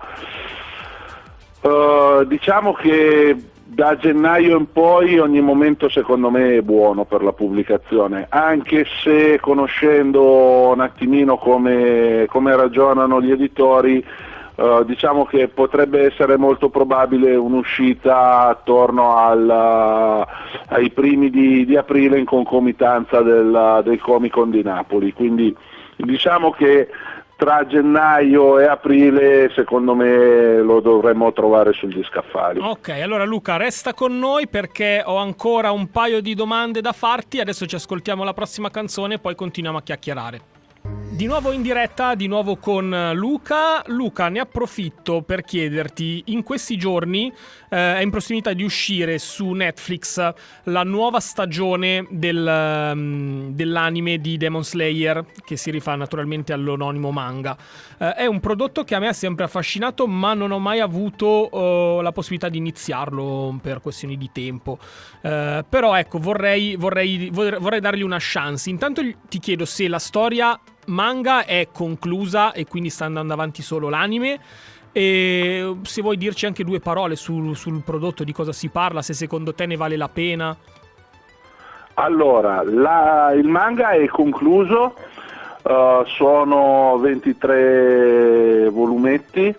[SPEAKER 2] Diciamo che da gennaio in poi ogni momento secondo me è buono per la pubblicazione, anche se, conoscendo un attimino come ragionano gli editori, diciamo che potrebbe essere molto probabile un'uscita attorno ai primi di aprile, in concomitanza del Comic Con di Napoli, quindi diciamo che tra gennaio e aprile secondo me lo dovremmo trovare sugli scaffali.
[SPEAKER 1] Ok, allora Luca, resta con noi perché ho ancora un paio di domande da farti. Adesso ci ascoltiamo la prossima canzone e poi continuiamo a chiacchierare. Di nuovo in diretta, di nuovo con Luca. Luca, ne approfitto per chiederti, in questi giorni è in prossimità di uscire su Netflix la nuova stagione dell'anime di Demon Slayer, che si rifà naturalmente all'omonimo manga. È un prodotto che a me ha sempre affascinato, ma non ho mai avuto la possibilità di iniziarlo per questioni di tempo. Però ecco, vorrei dargli una chance. Intanto ti chiedo se la storia manga è conclusa e quindi sta andando avanti solo l'anime, E se vuoi dirci anche due parole sul prodotto, di cosa si parla, se secondo te ne vale la pena.
[SPEAKER 2] Allora, il manga è concluso, sono 23 volumetti,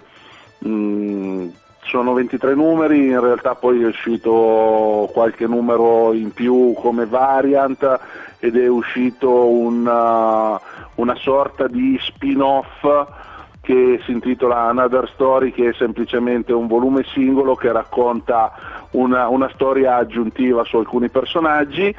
[SPEAKER 2] sono 23 numeri, in realtà poi è uscito qualche numero in più come variant ed è uscito una sorta di spin-off che si intitola Another Story, che è semplicemente un volume singolo che racconta una storia aggiuntiva su alcuni personaggi.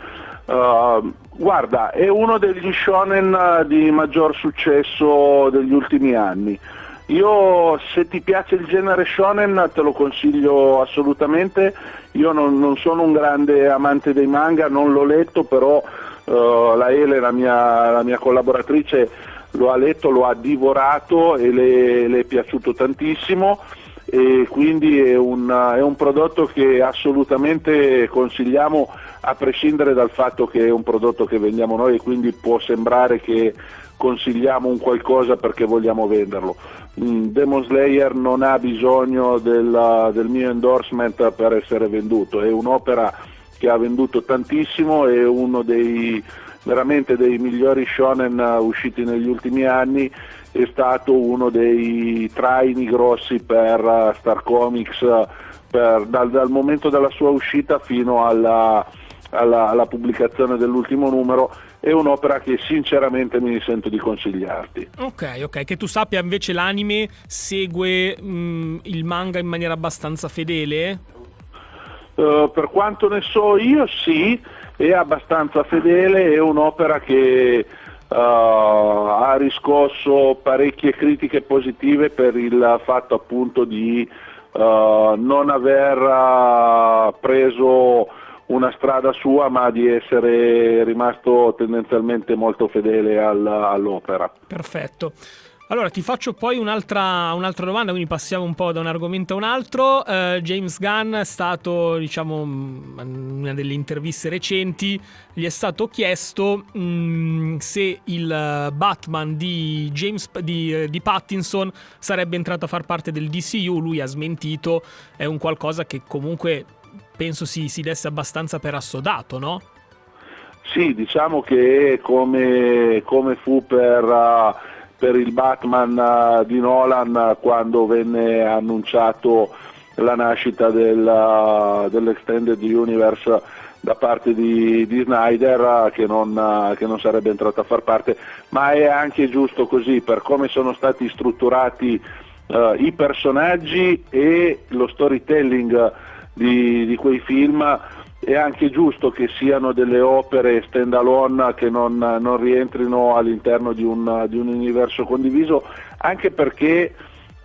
[SPEAKER 2] Guarda, è uno degli shonen di maggior successo degli ultimi anni. Io, se ti piace il genere shonen, te lo consiglio assolutamente. Io non sono un grande amante dei manga, non l'ho letto, però la Ele, la mia collaboratrice, lo ha letto, lo ha divorato e le è piaciuto tantissimo, e quindi è un prodotto che assolutamente consigliamo, a prescindere dal fatto che è un prodotto che vendiamo noi, e quindi può sembrare che consigliamo un qualcosa perché vogliamo venderlo. Demon Slayer non ha bisogno del mio endorsement per essere venduto, è un'opera che ha venduto tantissimo, è uno veramente dei migliori shonen usciti negli ultimi anni, è stato uno dei traini grossi per Star Comics dal momento della sua uscita fino alla pubblicazione dell'ultimo numero. È un'opera che sinceramente mi sento di consigliarti.
[SPEAKER 1] Ok, che tu sappia invece l'anime segue il manga in maniera abbastanza fedele?
[SPEAKER 2] Per quanto ne so io, sì, è abbastanza fedele, è un'opera che ha riscosso parecchie critiche positive per il fatto appunto di non aver preso una strada sua, ma di essere rimasto tendenzialmente molto fedele all'opera.
[SPEAKER 1] Perfetto. Allora ti faccio poi un'altra domanda, quindi passiamo un po' da un argomento a un altro. James Gunn è stato, diciamo, in una delle interviste recenti, gli è stato chiesto se il Batman di Pattinson sarebbe entrato a far parte del DCU. Lui ha smentito, è un qualcosa che comunque penso si desse abbastanza per assodato, no?
[SPEAKER 2] Sì, diciamo che come fu per il Batman di Nolan, quando venne annunciato la nascita dell'Extended Universe da parte di Snyder, che non sarebbe entrato a far parte, ma è anche giusto così, per come sono stati strutturati i personaggi e lo storytelling di quei film. È anche giusto che siano delle opere stand alone, che non rientrino all'interno di un universo condiviso, anche perché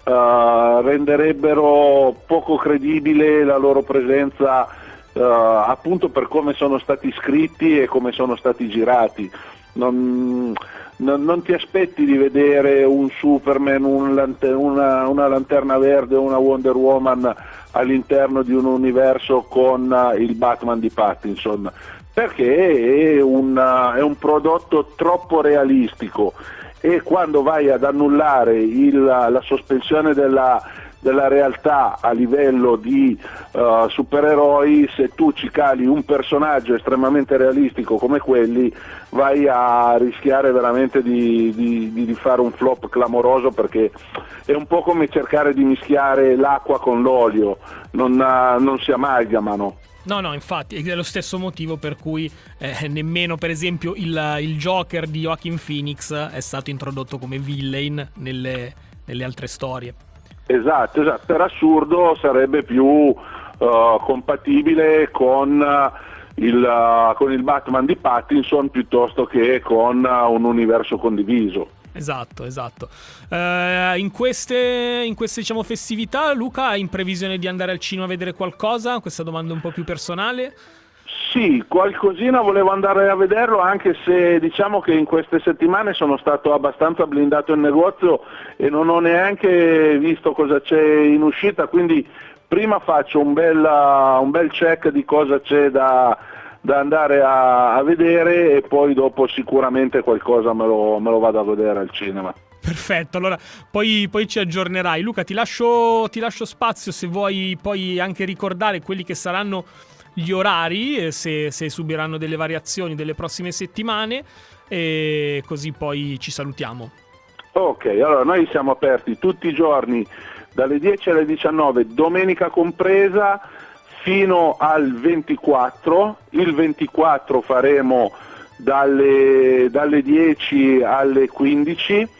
[SPEAKER 2] renderebbero poco credibile la loro presenza, appunto per come sono stati scritti e come sono stati girati. Non ti aspetti di vedere un Superman, una Lanterna Verde o una Wonder Woman all'interno di un universo con il Batman di Pattinson, perché è un prodotto troppo realistico, e quando vai ad annullare la sospensione della realtà a livello di supereroi, se tu ci cali un personaggio estremamente realistico come quelli, vai a rischiare veramente di fare un flop clamoroso, perché è un po' come cercare di mischiare l'acqua con l'olio, non si amalgamano.
[SPEAKER 1] No, infatti è lo stesso motivo per cui nemmeno per esempio il Joker di Joaquin Phoenix è stato introdotto come villain nelle altre storie.
[SPEAKER 2] Esatto, per assurdo sarebbe più compatibile con il Batman di Pattinson piuttosto che con un universo condiviso.
[SPEAKER 1] Esatto. In queste diciamo festività, Luca, hai in previsione di andare al cinema a vedere qualcosa? Questa domanda un po' più personale.
[SPEAKER 2] Sì, qualcosina volevo andare a vederlo, anche se diciamo che in queste settimane sono stato abbastanza blindato in negozio e non ho neanche visto cosa c'è in uscita, quindi prima faccio un bel check di cosa c'è da andare a vedere, e poi dopo sicuramente qualcosa me lo vado a vedere al cinema.
[SPEAKER 1] Perfetto, allora poi ci aggiornerai. Luca, ti lascio spazio se vuoi poi anche ricordare quelli che saranno gli orari, se subiranno delle variazioni delle prossime settimane, e così poi ci salutiamo.
[SPEAKER 2] Ok, allora noi siamo aperti tutti i giorni dalle 10 alle 19, domenica compresa, fino al 24. Il 24 faremo dalle 10 alle 15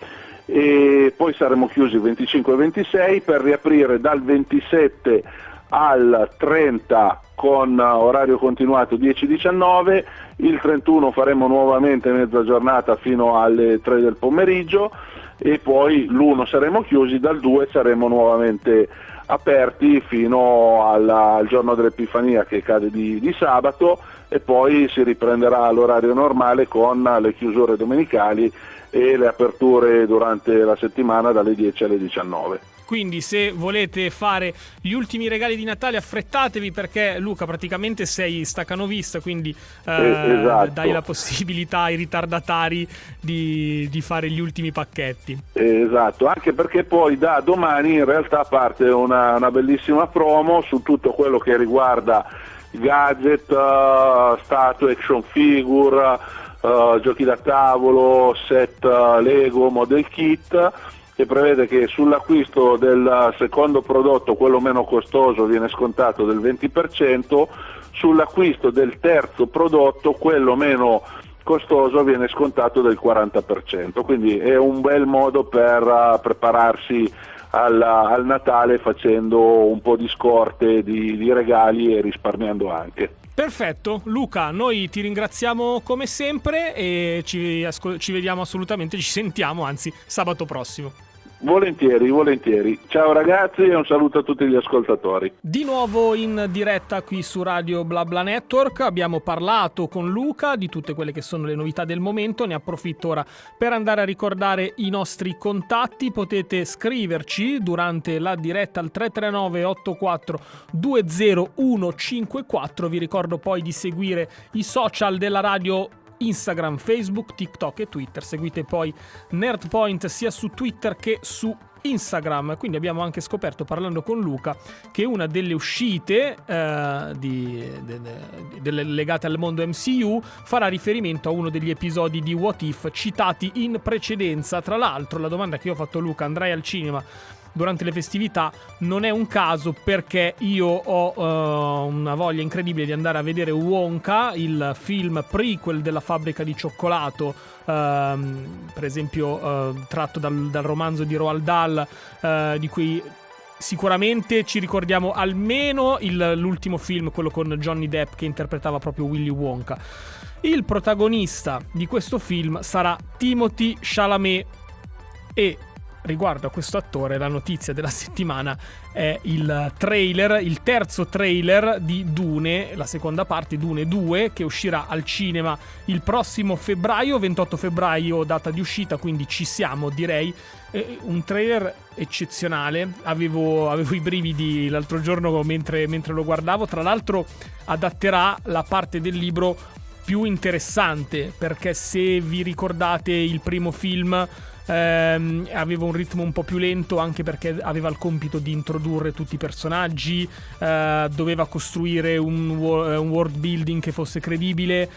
[SPEAKER 2] e poi saremo chiusi il 25 e 26 per riaprire dal 27 al 30 con orario continuato 10-19, il 31 faremo nuovamente mezza giornata fino alle 3 del pomeriggio e poi l'1 saremo chiusi, dal 2 saremo nuovamente aperti fino al giorno dell'Epifania che cade di sabato e poi si riprenderà all'orario normale con le chiusure domenicali e le aperture durante la settimana dalle 10 alle 19.
[SPEAKER 1] Quindi se volete fare gli ultimi regali di Natale affrettatevi, perché Luca praticamente sei staccanovista, quindi
[SPEAKER 2] esatto.
[SPEAKER 1] Dai la possibilità ai ritardatari di fare gli ultimi pacchetti.
[SPEAKER 2] Esatto, anche perché poi da domani in realtà parte una bellissima promo su tutto quello che riguarda gadget, statue, action figure, giochi da tavolo, set Lego, model kit, che prevede che sull'acquisto del secondo prodotto, quello meno costoso, viene scontato del 20%, sull'acquisto del terzo prodotto, quello meno costoso, viene scontato del 40%, quindi è un bel modo per prepararsi al Natale facendo un po' di scorte di regali e risparmiando anche.
[SPEAKER 1] Perfetto, Luca, noi ti ringraziamo come sempre e ci vediamo assolutamente, ci sentiamo anzi sabato prossimo.
[SPEAKER 2] Volentieri. Ciao ragazzi e un saluto a tutti gli ascoltatori.
[SPEAKER 1] Di nuovo in diretta qui su Radio BlaBla Network, abbiamo parlato con Luca di tutte quelle che sono le novità del momento. Ne approfitto ora per andare a ricordare i nostri contatti. Potete scriverci durante la diretta al 339 84 20154. Vi ricordo poi di seguire i social della radio: Instagram, Facebook, TikTok e Twitter. Seguite poi Nerdpoint sia su Twitter che su Instagram. Quindi abbiamo anche scoperto, parlando con Luca, che una delle uscite legate al mondo MCU farà riferimento a uno degli episodi di What If citati in precedenza. Tra l'altro, la domanda che io ho fatto a Luca: andrai al cinema durante le festività? Non è un caso, perché io ho una voglia incredibile di andare a vedere Wonka, il film prequel della fabbrica di cioccolato, per esempio tratto dal romanzo di Roald Dahl, di cui sicuramente ci ricordiamo almeno l'ultimo film, quello con Johnny Depp che interpretava proprio Willy Wonka. Il protagonista di questo film sarà Timothée Chalamet e riguardo a questo attore, la notizia della settimana è il terzo trailer di Dune, la seconda parte, Dune 2, che uscirà al cinema il prossimo febbraio, 28 febbraio data di uscita, quindi ci siamo, direi. Un trailer eccezionale, avevo i brividi l'altro giorno mentre lo guardavo. Tra l'altro adatterà la parte del libro più interessante, perché se vi ricordate il primo film aveva un ritmo un po' più lento, anche perché aveva il compito di introdurre tutti i personaggi, doveva costruire un world building che fosse credibile.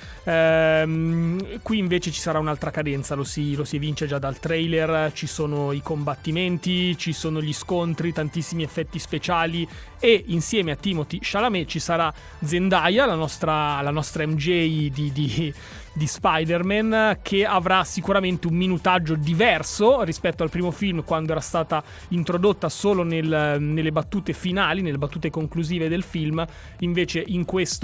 [SPEAKER 1] Qui invece ci sarà un'altra cadenza, lo si evince già dal trailer. Ci sono i combattimenti, ci sono gli scontri, tantissimi effetti speciali, e insieme a Timothée Chalamet ci sarà Zendaya, la nostra MJ di Spider-Man, che avrà sicuramente un minutaggio diverso rispetto al primo film, quando era stata introdotta solo nelle battute finali, nelle battute conclusive del film. Invece in questa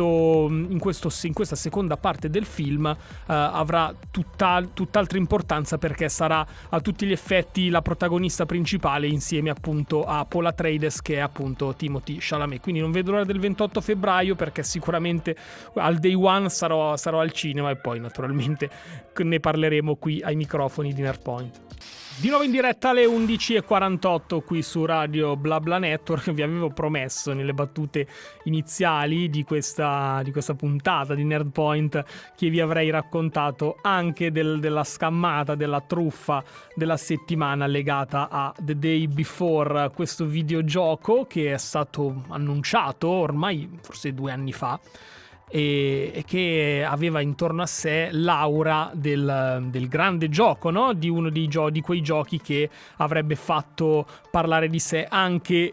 [SPEAKER 1] seconda parte del film avrà tutt'altra importanza, perché sarà a tutti gli effetti la protagonista principale, insieme appunto a Paul Atreides, che è appunto Timothée Chalamet. Quindi non vedo l'ora del 28 febbraio, perché sicuramente al day one sarò al cinema, e poi naturalmente ne parleremo qui ai microfoni di Nerdpoint. Di nuovo in diretta alle 11:48 qui su Radio BlaBla Network. Vi avevo promesso nelle battute iniziali di questa puntata di Nerdpoint che vi avrei raccontato anche della scammata, della truffa della settimana legata a The Day Before, questo videogioco che è stato annunciato ormai forse 2 anni fa e che aveva intorno a sé l'aura del grande gioco, no? Di uno di quei giochi che avrebbe fatto parlare di sé anche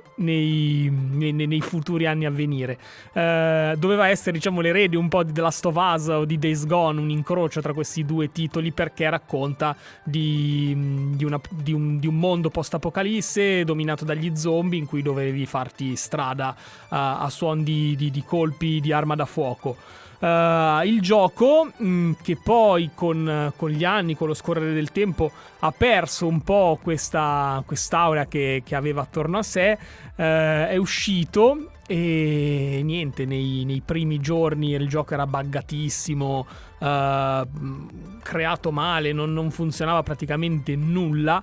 [SPEAKER 1] nei futuri anni a venire. Doveva essere, diciamo, l'erede un po' di The Last of Us o di Days Gone, un incrocio tra questi due titoli, perché racconta di un mondo post-apocalisse dominato dagli zombie, in cui dovevi farti strada a suon di colpi di arma da fuoco. Il gioco che poi con gli anni, con lo scorrere del tempo, ha perso un po' quest'aura che aveva attorno a sé, è uscito e niente, nei primi giorni il gioco era buggatissimo, creato male, non funzionava praticamente nulla.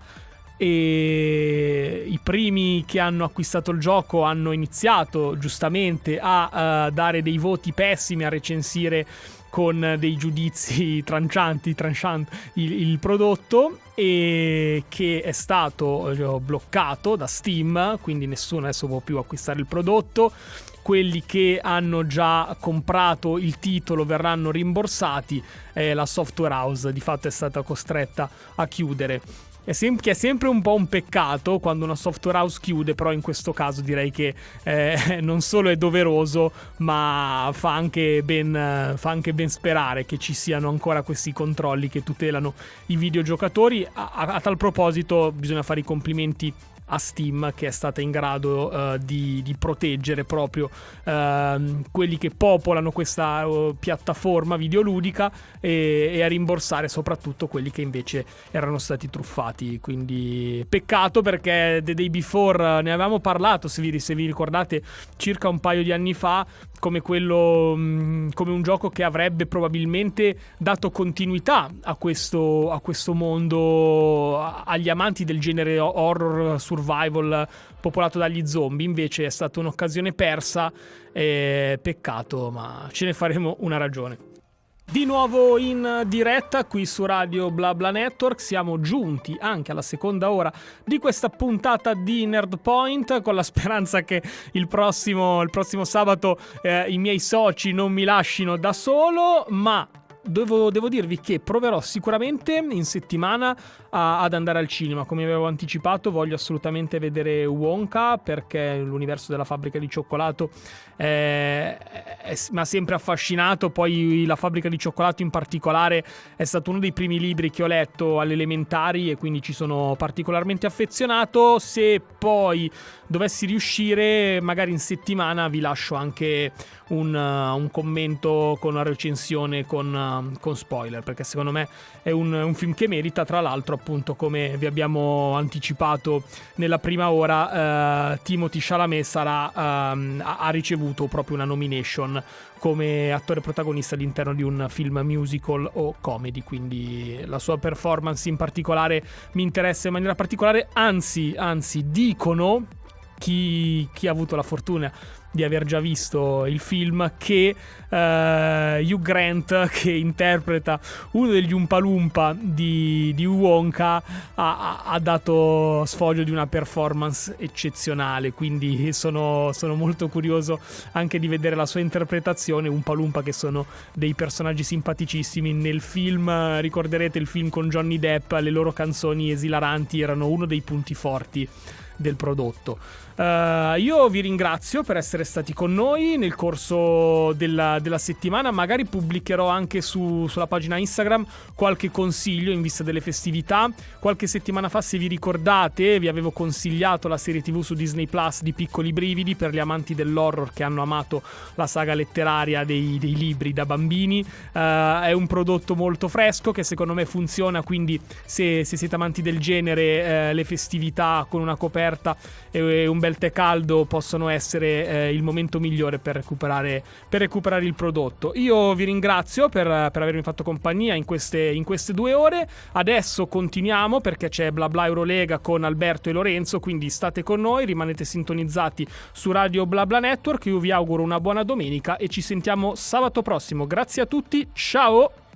[SPEAKER 1] E i primi che hanno acquistato il gioco hanno iniziato giustamente a dare dei voti pessimi, a recensire con dei giudizi trancianti il prodotto, e che è stato bloccato da Steam, quindi nessuno adesso può più acquistare il prodotto. Quelli che hanno già comprato il titolo verranno rimborsati, la software house di fatto è stata costretta a chiudere. Che è sempre un po' un peccato quando una software house chiude, però in questo caso direi che non solo è doveroso, ma fa anche ben sperare che ci siano ancora questi controlli che tutelano i videogiocatori. A tal proposito bisogna fare i complimenti a Steam, che è stata in grado di proteggere proprio quelli che popolano questa piattaforma videoludica e a rimborsare soprattutto quelli che invece erano stati truffati. Quindi peccato, perché The Day Before ne avevamo parlato, se vi ricordate, circa un paio di anni fa, come un gioco che avrebbe probabilmente dato continuità a questo mondo, agli amanti del genere horror survival popolato dagli zombie. Invece è stata un'occasione persa, peccato, ma ce ne faremo una ragione. Di nuovo in diretta qui su Radio BlaBla Network, siamo giunti anche alla seconda ora di questa puntata di Nerdpoint, con la speranza che il prossimo sabato i miei soci non mi lascino da solo, ma devo dirvi che proverò sicuramente in settimana ad andare al cinema. Come avevo anticipato, voglio assolutamente vedere Wonka, perché l'universo della fabbrica di cioccolato mi ha sempre affascinato. Poi la fabbrica di cioccolato in particolare è stato uno dei primi libri che ho letto alle elementari e quindi ci sono particolarmente affezionato. Se poi dovessi riuscire, magari in settimana vi lascio anche un commento con una recensione con spoiler, perché secondo me è un film che merita. Tra l'altro, appunto, come vi abbiamo anticipato nella prima ora, Timothée Chalamet ha ricevuto proprio una nomination come attore protagonista all'interno di un film musical o comedy, quindi la sua performance in particolare mi interessa in maniera particolare. Anzi dicono chi ha avuto la fortuna di aver già visto il film che Hugh Grant, che interpreta uno degli Oompa Loompa di Wonka, ha dato sfoggio di una performance eccezionale, quindi sono molto curioso anche di vedere la sua interpretazione. Oompa Loompa che sono dei personaggi simpaticissimi nel film, ricorderete il film con Johnny Depp, le loro canzoni esilaranti erano uno dei punti forti del prodotto. Io vi ringrazio per essere stati con noi nel corso della settimana. Magari pubblicherò anche sulla pagina Instagram qualche consiglio in vista delle festività. Qualche settimana fa, se vi ricordate, vi avevo consigliato la serie TV su Disney Plus di Piccoli Brividi, per gli amanti dell'horror che hanno amato la saga letteraria dei libri da bambini. È un prodotto molto fresco che secondo me funziona, quindi se siete amanti del genere, le festività con una coperta e un bel il tè caldo possono essere il momento migliore per recuperare il prodotto. Io vi ringrazio per avermi fatto compagnia in queste 2 ore. Adesso continuiamo perché c'è Bla Bla Eurolega con Alberto e Lorenzo, quindi state con noi, rimanete sintonizzati su Radio Bla Bla Network. Io vi auguro una buona domenica e ci sentiamo sabato prossimo. Grazie a tutti, ciao!